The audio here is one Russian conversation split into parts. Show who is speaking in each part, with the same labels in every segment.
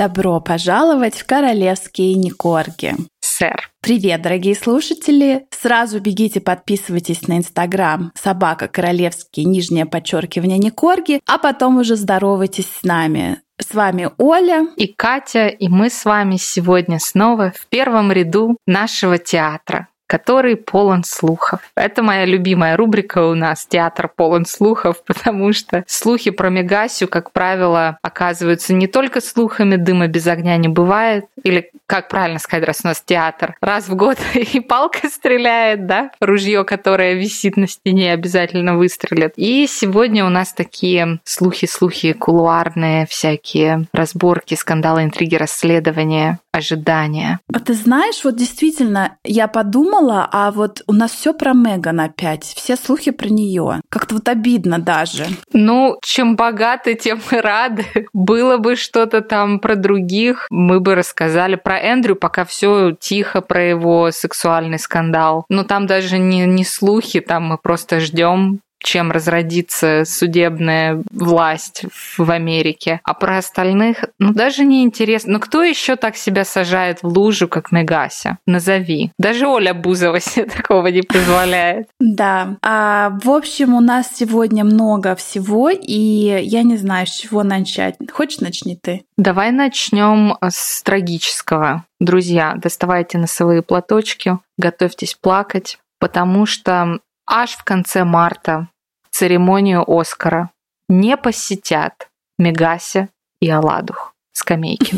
Speaker 1: Добро пожаловать в королевские Никорги.
Speaker 2: Сэр.
Speaker 1: Привет, дорогие слушатели! Сразу бегите, подписывайтесь на Инстаграм @королевские _Никорги, а потом уже здоровайтесь с нами. С вами Оля
Speaker 2: и Катя, и мы с вами сегодня снова в первом ряду нашего театра, который полон слухов. Это моя любимая рубрика у нас, театр полон слухов, потому что слухи про Мегасю, как правило, оказываются не только слухами, дыма без огня не бывает, или, как правильно сказать, раз у нас театр, раз в год и палка стреляет, да, ружье, которое висит на стене, обязательно выстрелит. И сегодня у нас такие слухи кулуарные, всякие разборки, скандалы, интриги, расследования, ожидания.
Speaker 1: А ты знаешь, вот действительно, я подумала, а вот у нас все про Меган опять, все слухи про нее. Как-то вот обидно даже.
Speaker 2: Ну, чем богаты, тем и рады. Было бы что-то там про других, мы бы рассказали про Эндрю, пока все тихо про его сексуальный скандал. Но там даже не слухи, там мы просто ждем, чем разродится судебная власть в Америке. А про остальных, даже не интересно. Но кто еще так себя сажает в лужу, как Мегася? Назови. Даже Оля Бузова себе такого не позволяет.
Speaker 1: Да. В общем, у нас сегодня много всего, и я не знаю, с чего начать. Хочешь, начни ты?
Speaker 2: Давай начнем с трагического. Друзья, доставайте носовые платочки, готовьтесь плакать, потому что аж в конце марта церемонию Оскара не посетят Мегася и Оладух Скамейкин.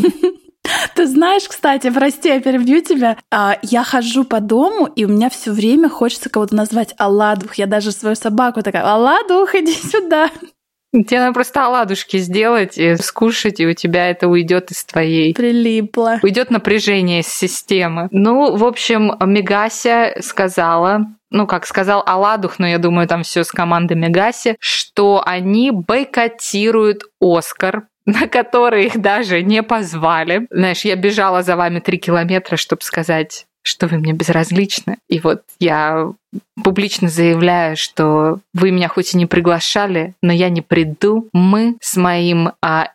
Speaker 1: Ты знаешь, кстати, прости, я перебью тебя. Я хожу по дому, и у меня все время хочется кого-то назвать Оладух. Я даже свою собаку такая: Оладух, иди сюда.
Speaker 2: Тебе надо просто оладушки сделать и скушать, и у тебя это уйдет из твоей...
Speaker 1: Прилипло.
Speaker 2: Уйдет напряжение из системы. В общем, Мегася сказала... как сказал Оладух, но я думаю, там все с командой Мегаси, что они бойкотируют Оскар, на который их даже не позвали. Знаешь, я бежала за вами 3 километра, чтобы сказать, что вы мне безразличны. И вот я публично заявляю, что вы меня хоть и не приглашали, но я не приду. Мы с моим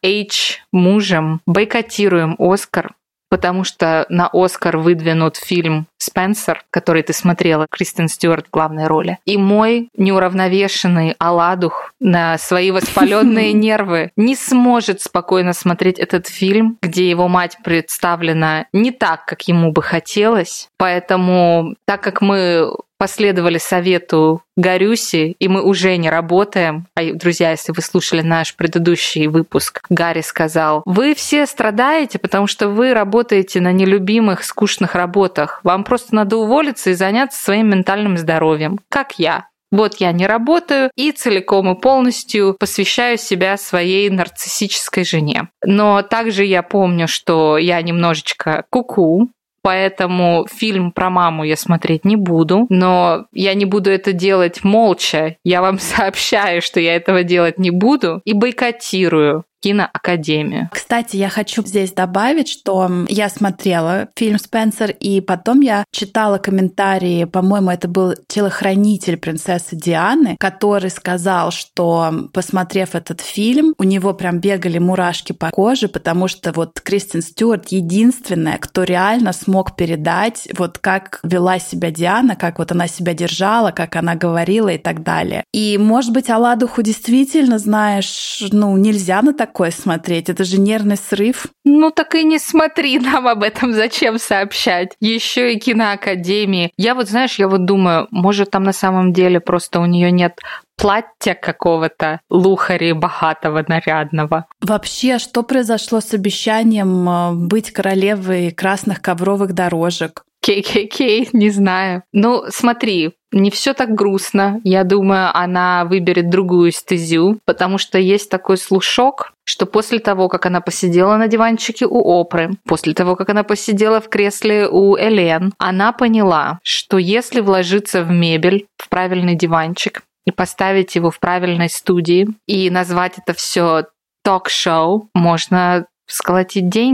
Speaker 2: мужем бойкотируем Оскар, потому что на Оскар выдвинут фильм «Спенсер», который ты смотрела, Кристен Стюарт в главной роли. И мой неуравновешенный Оладух на свои воспаленные нервы не сможет спокойно смотреть этот фильм, где его мать представлена не так, как ему бы хотелось. Поэтому, так как мы последовали совету Гарюси, и мы уже не работаем. Друзья, если вы слушали наш предыдущий выпуск, Гарри сказал: вы все страдаете, потому что вы работаете на нелюбимых, скучных работах. Вам просто надо уволиться и заняться своим ментальным здоровьем, как я. Вот я не работаю и целиком и полностью посвящаю себя своей нарциссической жене. Но также я помню, что я немножечко куку, поэтому фильм про маму я смотреть не буду, но я не буду это делать молча. Я вам сообщаю, что я этого делать не буду и бойкотирую киноакадемию.
Speaker 1: Кстати, я хочу здесь добавить, что я смотрела фильм «Спенсер», и потом я читала комментарии, по-моему, это был телохранитель принцессы Дианы, который сказал, что, посмотрев этот фильм, у него прям бегали мурашки по коже, потому что вот Кристен Стюарт единственная, кто реально смог передать, вот как вела себя Диана, как вот она себя держала, как она говорила и так далее. И, может быть, Оладуху действительно, знаешь, нельзя на такое смотреть. Это же нервный срыв.
Speaker 2: Так и не смотри, нам об этом зачем сообщать. Еще и киноакадемии. Я думаю, может, там на самом деле просто у нее нет платья какого-то лухари богатого, нарядного.
Speaker 1: Вообще, что произошло с обещанием быть королевой красных ковровых дорожек?
Speaker 2: ККК, не знаю. Смотри, не все так грустно. Я думаю, она выберет другую стезю, потому что есть такой слушок, что после того, как она посидела на диванчике у Опры, после того, как она посидела в кресле у Элен, она поняла, что если вложиться в мебель, в правильный диванчик и поставить его в правильной студии и назвать это все ток-шоу, можно сколотить деньги.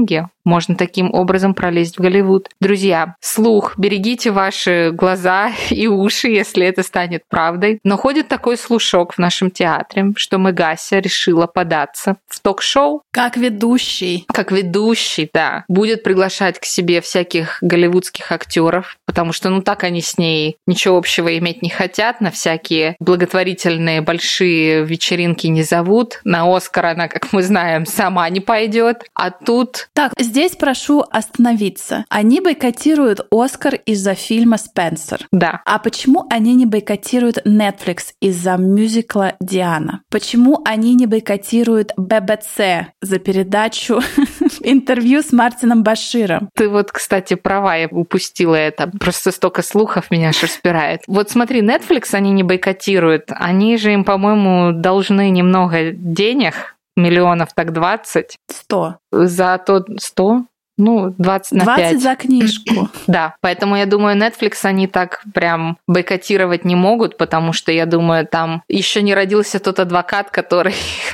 Speaker 2: Можно таким образом пролезть в Голливуд. Друзья, слух, берегите ваши глаза и уши, если это станет правдой. Но ходит такой слушок в нашем театре, что Мегася решила податься в ток-шоу.
Speaker 1: Как ведущий.
Speaker 2: Как ведущий, да. Будет приглашать к себе всяких голливудских актеров, потому что, так они с ней ничего общего иметь не хотят, на всякие благотворительные большие вечеринки не зовут. На Оскар она, как мы знаем, сама не пойдет. А тут...
Speaker 1: Так, здесь прошу остановиться. Они бойкотируют Оскар из-за фильма «Спенсер».
Speaker 2: Да.
Speaker 1: А почему они не бойкотируют Netflix из-за мюзикла «Диана»? Почему они не бойкотируют BBC за передачу интервью с Мартином Баширом?
Speaker 2: Ты кстати, права, я упустила это. Просто столько слухов меня аж распирает. Смотри, Netflix они не бойкотируют. Они же им, по-моему, должны немного денег, миллионов так 20.
Speaker 1: 100.
Speaker 2: За тот 100? 20 на 5.
Speaker 1: 20 за книжку.
Speaker 2: Да, поэтому я думаю, Netflix они так прям бойкотировать не могут, потому что, я думаю, там еще не родился тот адвокат, который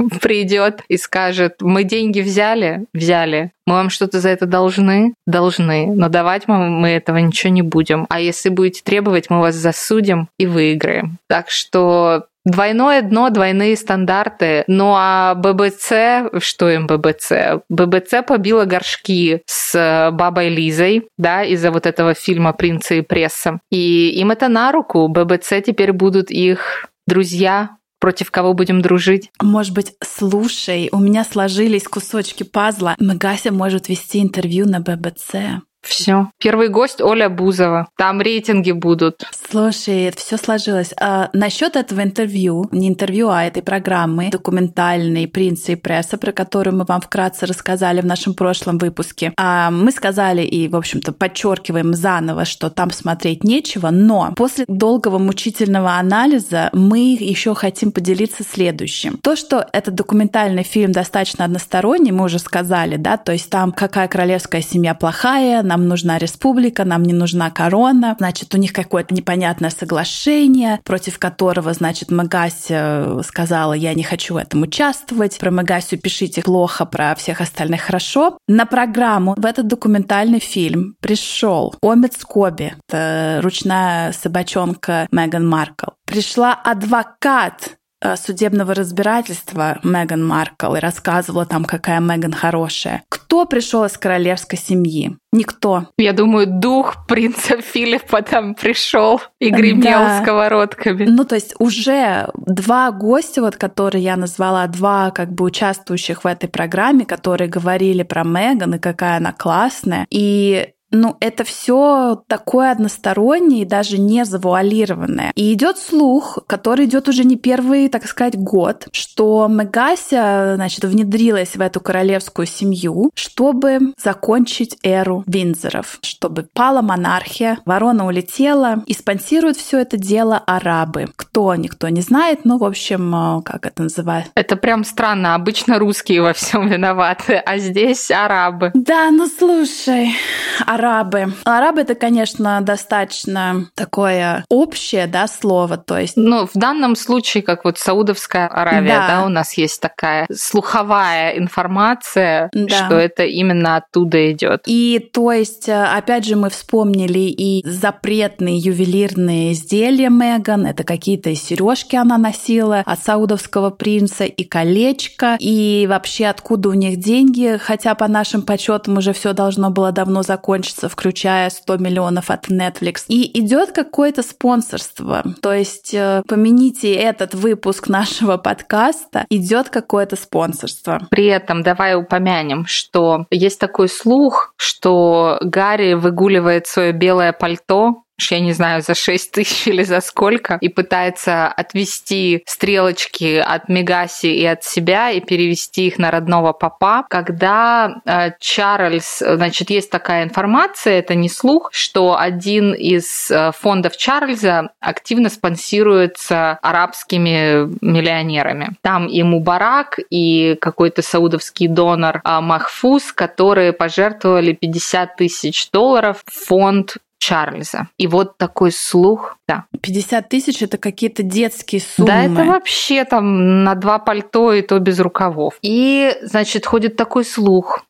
Speaker 2: придет и скажет: мы деньги взяли, мы вам что-то за это должны, но давать мы этого ничего не будем. А если будете требовать, мы вас засудим и выиграем. Так что... Двойное дно, двойные стандарты. Ну а BBC, что им BBC? BBC побила горшки с бабой Лизой, да, из-за этого фильма «Принца и пресса». И им это на руку. BBC теперь будут их друзья, против кого будем дружить.
Speaker 1: Может быть, слушай, у меня сложились кусочки пазла. Мегася может вести интервью на BBC.
Speaker 2: Все. Первый гость Оля Бузова. Там рейтинги будут.
Speaker 1: Слушай, все сложилось. Насчет этого интервью, не интервью, а этой программы документальной «Принца и пресса», про которую мы вам вкратце рассказали в нашем прошлом выпуске, мы сказали и, в общем-то, подчеркиваем заново, что там смотреть нечего, но после долгого мучительного анализа мы еще хотим поделиться следующим. То, что этот документальный фильм достаточно односторонний, мы уже сказали, да, то есть там какая королевская семья плохая, нам нужна республика, нам не нужна корона, значит, у них какое-то непонятное соглашение, против которого, значит, Мегася сказала: я не хочу в этом участвовать, про Мегасю пишите плохо, про всех остальных хорошо. На программу в этот документальный фильм пришел Омид Скоби, это ручная собачонка Меган Маркл. Пришла адвокат судебного разбирательства Меган Маркл и рассказывала там, какая Меган хорошая. Кто пришел из королевской семьи? Никто.
Speaker 2: Я думаю, дух принца Филиппа там пришел и гремел сковородками.
Speaker 1: То есть уже 2 гостя, которые я назвала, 2 участвующих в этой программе, которые говорили про Меган и какая она классная. И это все такое одностороннее и даже не завуалированное. И идет слух, который идет уже не первый, так сказать, год, что Мегася, значит, внедрилась в эту королевскую семью, чтобы закончить эру Виндзоров, чтобы пала монархия, ворона улетела, и спонсируют все это дело арабы. Кто? Никто не знает, в общем, как это называют?
Speaker 2: Это прям странно. Обычно русские во всем виноваты, а здесь арабы.
Speaker 1: Да, слушай, арабы. Арабы — это, конечно, достаточно такое общее, слово, то есть...
Speaker 2: В данном случае, как Саудовская Аравия, да, у нас есть такая слуховая информация, что это именно оттуда идет.
Speaker 1: И, то есть, опять же, мы вспомнили и запретные ювелирные изделия Меган, это какие-то сережки она носила от саудовского принца, и колечко, и вообще откуда у них деньги, хотя по нашим подсчетам уже все должно было давно закончиться, включая 100 миллионов от Netflix. И идет какое-то спонсорство. То есть помяните этот выпуск нашего подкаста, идет какое-то спонсорство.
Speaker 2: При этом давай упомянем, что есть такой слух, что Гарри выгуливает свое белое пальто, я не знаю, за 6 тысяч или за сколько, и пытается отвести стрелочки от Мегаси и от себя и перевести их на родного папа. Когда Чарльз, значит, есть такая информация, это не слух, что один из фондов Чарльза активно спонсируется арабскими миллионерами. Там и Мубарак, и какой-то саудовский донор Махфуз, которые пожертвовали $50 тысяч в фонд Чарльза. И такой слух, да.
Speaker 1: 50 тысяч — это какие-то детские суммы.
Speaker 2: Да, это вообще там на 2 пальто, и то без рукавов. И, значит, ходит такой слух, что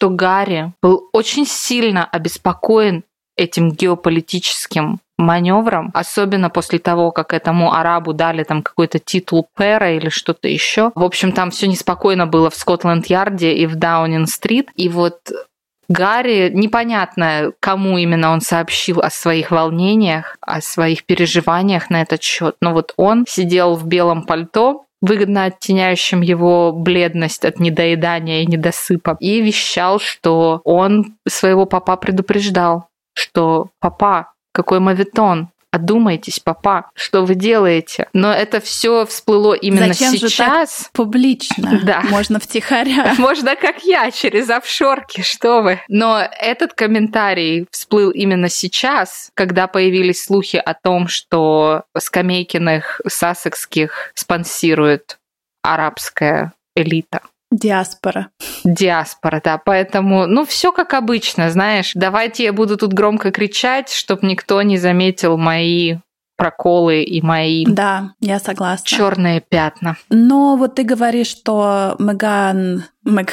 Speaker 2: что Гарри был очень сильно обеспокоен этим геополитическим маневром, особенно после того, как этому арабу дали там какой-то титул пэра или что-то еще. В общем, там все неспокойно было в Скотланд-Ярде и в Даунинг-стрит. И вот Гарри, непонятно, кому именно он сообщил о своих волнениях, о своих переживаниях на этот счет. Но вот он сидел в белом пальто, выгодно оттеняющим его бледность от недоедания и недосыпа, и вещал, что он своего папа предупреждал, что «Папа, какой моветон! Одумайтесь, папа, что вы делаете?» Но это все всплыло именно
Speaker 1: Зачем
Speaker 2: сейчас.
Speaker 1: Же так публично?
Speaker 2: Да.
Speaker 1: Можно втихаря.
Speaker 2: Можно, как я, через офшорки, что вы. Но этот комментарий всплыл именно сейчас, когда появились слухи о том, что Скамейкиных, Сассекских спонсирует арабская элита.
Speaker 1: Диаспора,
Speaker 2: да. Поэтому, все как обычно, знаешь. Давайте я буду тут громко кричать, чтобы никто не заметил мои проколы и мои
Speaker 1: да, я согласна.
Speaker 2: Черные пятна.
Speaker 1: Но вот ты говоришь, что Меган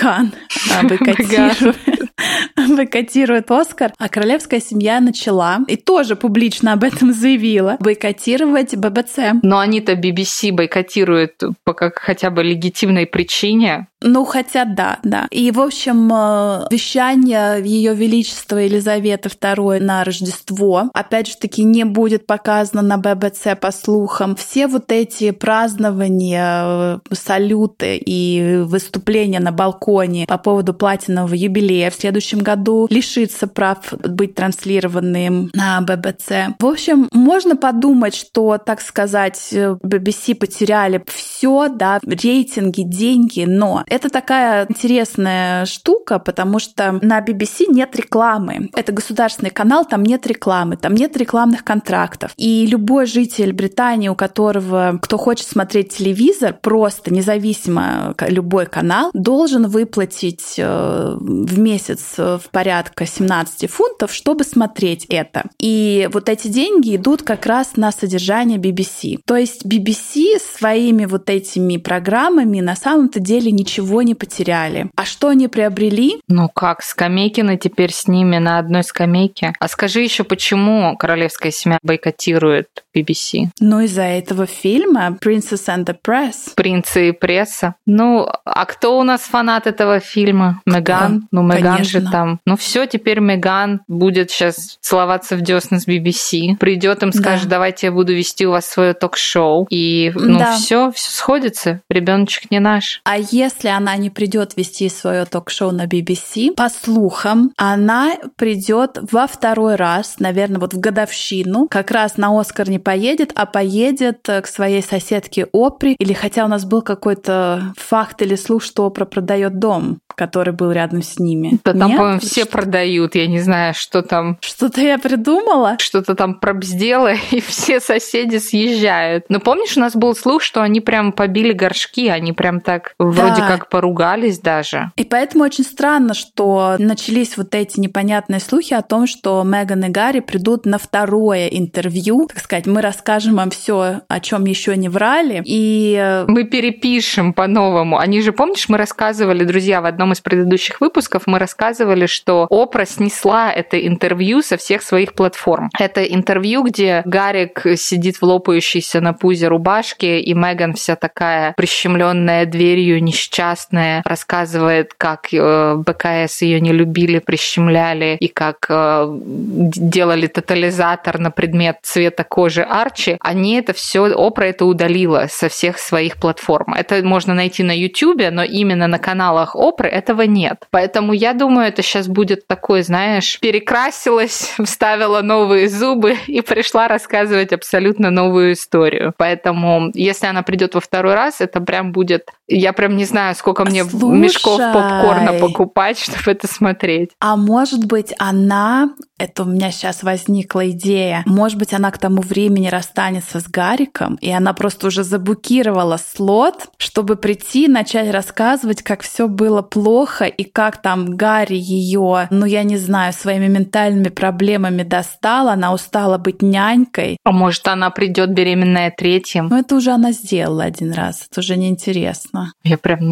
Speaker 1: бойкотирует Оскар, а королевская семья начала и тоже публично об этом заявила бойкотировать ББЦ.
Speaker 2: Но они-то BBC бойкотируют по хотя бы легитимной причине.
Speaker 1: Ну, хотя да. И, в общем, вещание Ее Величества Елизаветы II на Рождество, опять же таки, не будет показано на ББЦ, по слухам. Все вот эти празднования, салюты и выступления на балконе по поводу платинового юбилея в следующем году лишится прав быть транслированным на ББЦ. В общем, можно подумать, что, так сказать, BBC потеряли все, да, рейтинги, деньги, но это такая интересная штука, потому что на BBC нет рекламы. Это государственный канал, там нет рекламы, там нет рекламных контрактов. И любой житель Британии, кто хочет смотреть телевизор, просто независимо любой канал, должен выплатить в месяц в порядка 17 фунтов, чтобы смотреть это. И вот эти деньги идут как раз на содержание BBC. То есть BBC своими вот этими программами на самом-то деле ничего не потеряли. А что они приобрели?
Speaker 2: Ну как, Скамейкины теперь с ними на одной скамейке. А скажи еще, почему королевская семья бойкотирует BBC?
Speaker 1: Ну, из-за этого фильма «Princess and the Press».
Speaker 2: «Принцы и пресса». Ну, а кто у нас фанат этого фильма? Меган? Ну, Меган
Speaker 1: конечно.
Speaker 2: же там. Ну, все, теперь Меган будет сейчас целоваться в десна с BBC. Придет им, скажет, давайте я буду вести у вас свое ток-шоу. И, все сходится. Ребеночек не наш.
Speaker 1: А если она не придет вести свое ток-шоу на BBC, по слухам, она придет во второй раз, наверное, вот в годовщину, как раз на Оскар не поедет, а поедет к своей соседке Опри, или хотя у нас был какой-то факт или слух, что Опра продает дом, который был рядом с ними.
Speaker 2: Да там, по-моему, все продают, я не знаю, что там.
Speaker 1: Что-то я придумала?
Speaker 2: Что-то там пробздела, и все соседи съезжают. Но помнишь, у нас был слух, что они прям побили горшки, они прям так вроде как поругались даже.
Speaker 1: И поэтому очень странно, что начались вот эти непонятные слухи о том, что Меган и Гарри придут на второе интервью. Так сказать, мы расскажем вам все, о чем еще не врали. И
Speaker 2: мы перепишем по-новому. Они же, помнишь, мы рассказывали, друзья, в одном из предыдущих выпусков мы рассказывали, что Опра снесла это интервью со всех своих платформ. Это интервью, где Гарик сидит в лопающейся на пузе рубашке, и Меган вся такая прищемленная дверью, несчастная, рассказывает, как БКС ее не любили, прищемляли, и как делали тотализатор на предмет цвета кожи Арчи. Они это все, Опра это удалила со всех своих платформ. Это можно найти на Ютубе, но именно на каналах Опры этого нет. Поэтому я думаю, это сейчас будет такой, знаешь, перекрасилась, вставила новые зубы и пришла рассказывать абсолютно новую историю. Поэтому, если она придет во второй раз, это прям будет... Я прям не знаю, сколько мне мешков попкорна покупать, чтобы это смотреть.
Speaker 1: А может быть, это у меня сейчас возникла идея, может быть, она к тому времени расстанется с Гариком, и она просто уже забукировала слот, чтобы прийти и начать рассказывать, как все было плохо, и как там Гарри ее, я не знаю, своими ментальными проблемами достал, она устала быть нянькой.
Speaker 2: А может, она придет беременная третьим?
Speaker 1: Это уже она сделала один раз, это уже неинтересно.
Speaker 2: Я прям не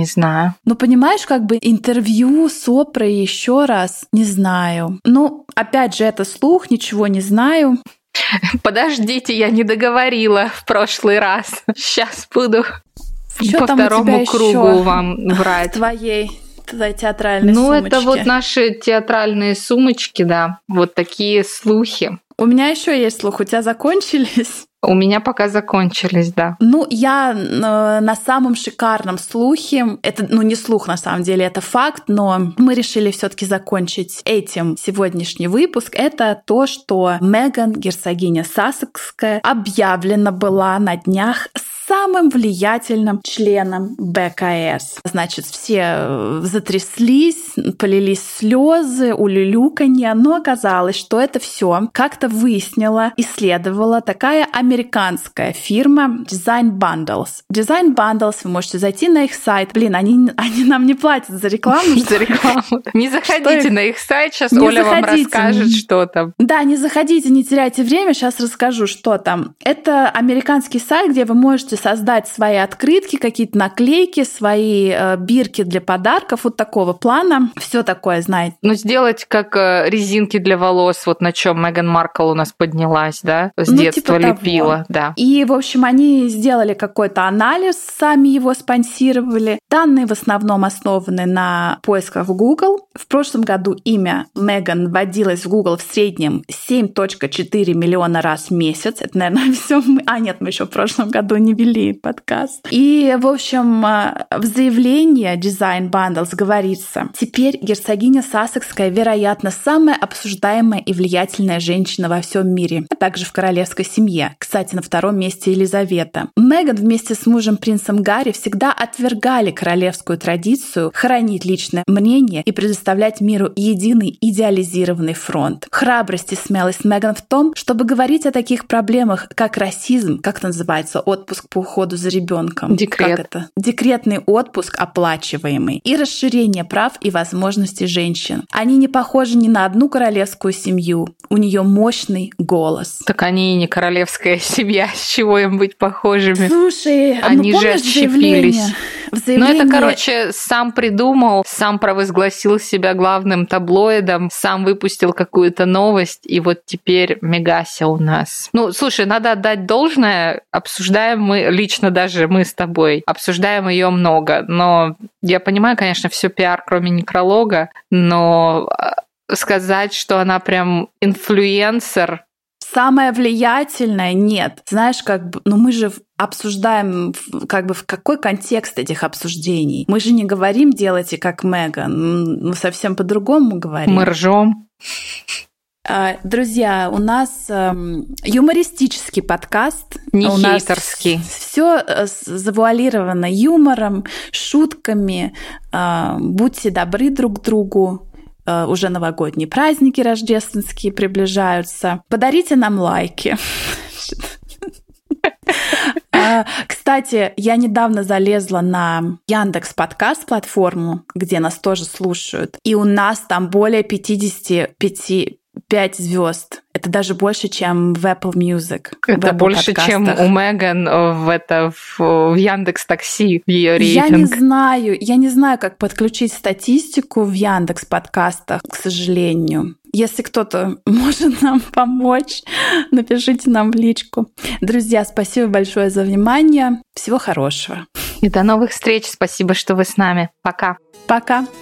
Speaker 2: знаю.
Speaker 1: Ну, понимаешь, как бы интервью с Опрой еще раз, не знаю. Ну, опять же, это слух, ничего не знаю.
Speaker 2: Подождите, я не договорила в прошлый раз. Сейчас буду
Speaker 1: Что
Speaker 2: по второму кругу вам врать.
Speaker 1: Твоей театральной сумочке.
Speaker 2: Ну, это вот наши театральные сумочки, да. Вот такие слухи.
Speaker 1: У меня еще есть слух. У тебя закончились?
Speaker 2: У меня пока закончились, да.
Speaker 1: Ну, я на самом шикарном слухе, это, не слух на самом деле, это факт, но мы решили все-таки закончить этим сегодняшний выпуск. Это то, что Меган, герцогиня Сассекская, объявлена была на днях самым влиятельным членом БКС. Значит, все затряслись, полились слезы, улюлюканье, но оказалось, что это все как-то исследовала такая американская фирма Design Bundles. Design Bundles, вы можете зайти на их сайт. Блин, они нам не платят за рекламу.
Speaker 2: За рекламу. Не заходите на их сайт, сейчас Оля вам расскажет, что там.
Speaker 1: Да, не заходите, не теряйте время, сейчас расскажу, что там. Это американский сайт, где вы можете создать свои открытки, какие-то наклейки, свои бирки для подарков, вот такого плана. Все такое, знаете.
Speaker 2: Ну, сделать как резинки для волос, вот на чем Меган Маркл у нас поднялась, да? С детства типа лепила, да.
Speaker 1: И, в общем, они сделали какой-то анализ, сами его спонсировали. Данные в основном основаны на поисках в Google. В прошлом году имя Меган вводилось в Google в среднем 7,4 миллиона раз в месяц. Это, наверное, все. Нет, мы еще в прошлом году не вели подкаст. И, в общем, в заявлении Design Bundles говорится: теперь герцогиня Сассекская, вероятно, самая обсуждаемая и влиятельная женщина во всем мире, а также в королевской семье. Кстати, на втором месте Елизавета. Меган вместе с мужем принцем Гарри всегда отвергали королевскую традицию хранить личное мнение и предоставлять миру единый идеализированный фронт. Храбрость и смелость Меган в том, чтобы говорить о таких проблемах, как расизм, как это называется, отпуск по уходу за ребенком.
Speaker 2: Декрет.
Speaker 1: Как это? Декретный отпуск оплачиваемый. И расширение прав и возможностей женщин. Они не похожи ни на одну королевскую семью. У нее мощный голос.
Speaker 2: Так они и не королевская семья. С чего им быть похожими?
Speaker 1: Слушай,
Speaker 2: они же отщепились. Ну, это, короче, сам придумал, сам провозгласил себя главным таблоидом, сам выпустил какую-то новость, и вот теперь Мегася у нас. Ну, слушай, надо отдать должное, обсуждаем мы, лично даже мы с тобой, обсуждаем ее много, но я понимаю, конечно, все пиар, кроме некролога, но сказать, что она прям инфлюенсер.
Speaker 1: Самая влиятельная? Нет. Знаешь, как бы, мы же обсуждаем, как бы, в какой контекст этих обсуждений. Мы же не говорим «делайте как Меган», мы совсем по-другому говорим.
Speaker 2: Мы ржем.
Speaker 1: Друзья, у нас юмористический подкаст.
Speaker 2: Не хейтерский.
Speaker 1: Все завуалировано юмором, шутками. Будьте добры друг к другу. Уже новогодние праздники рождественские приближаются. Подарите нам лайки. Кстати, я недавно залезла на Яндекс.Подкаст платформу, где нас тоже слушают, и у нас там более 55 звезд. Это даже больше, чем в Apple Music.
Speaker 2: Это больше, чем у Меган в Яндекс.Такси, в ее рейтинг.
Speaker 1: Я не знаю, как подключить статистику в Яндекс.Подкастах, к сожалению. Если кто-то может нам помочь, напишите нам в личку. Друзья, спасибо большое за внимание. Всего хорошего.
Speaker 2: И до новых встреч. Спасибо, что вы с нами. Пока.
Speaker 1: Пока.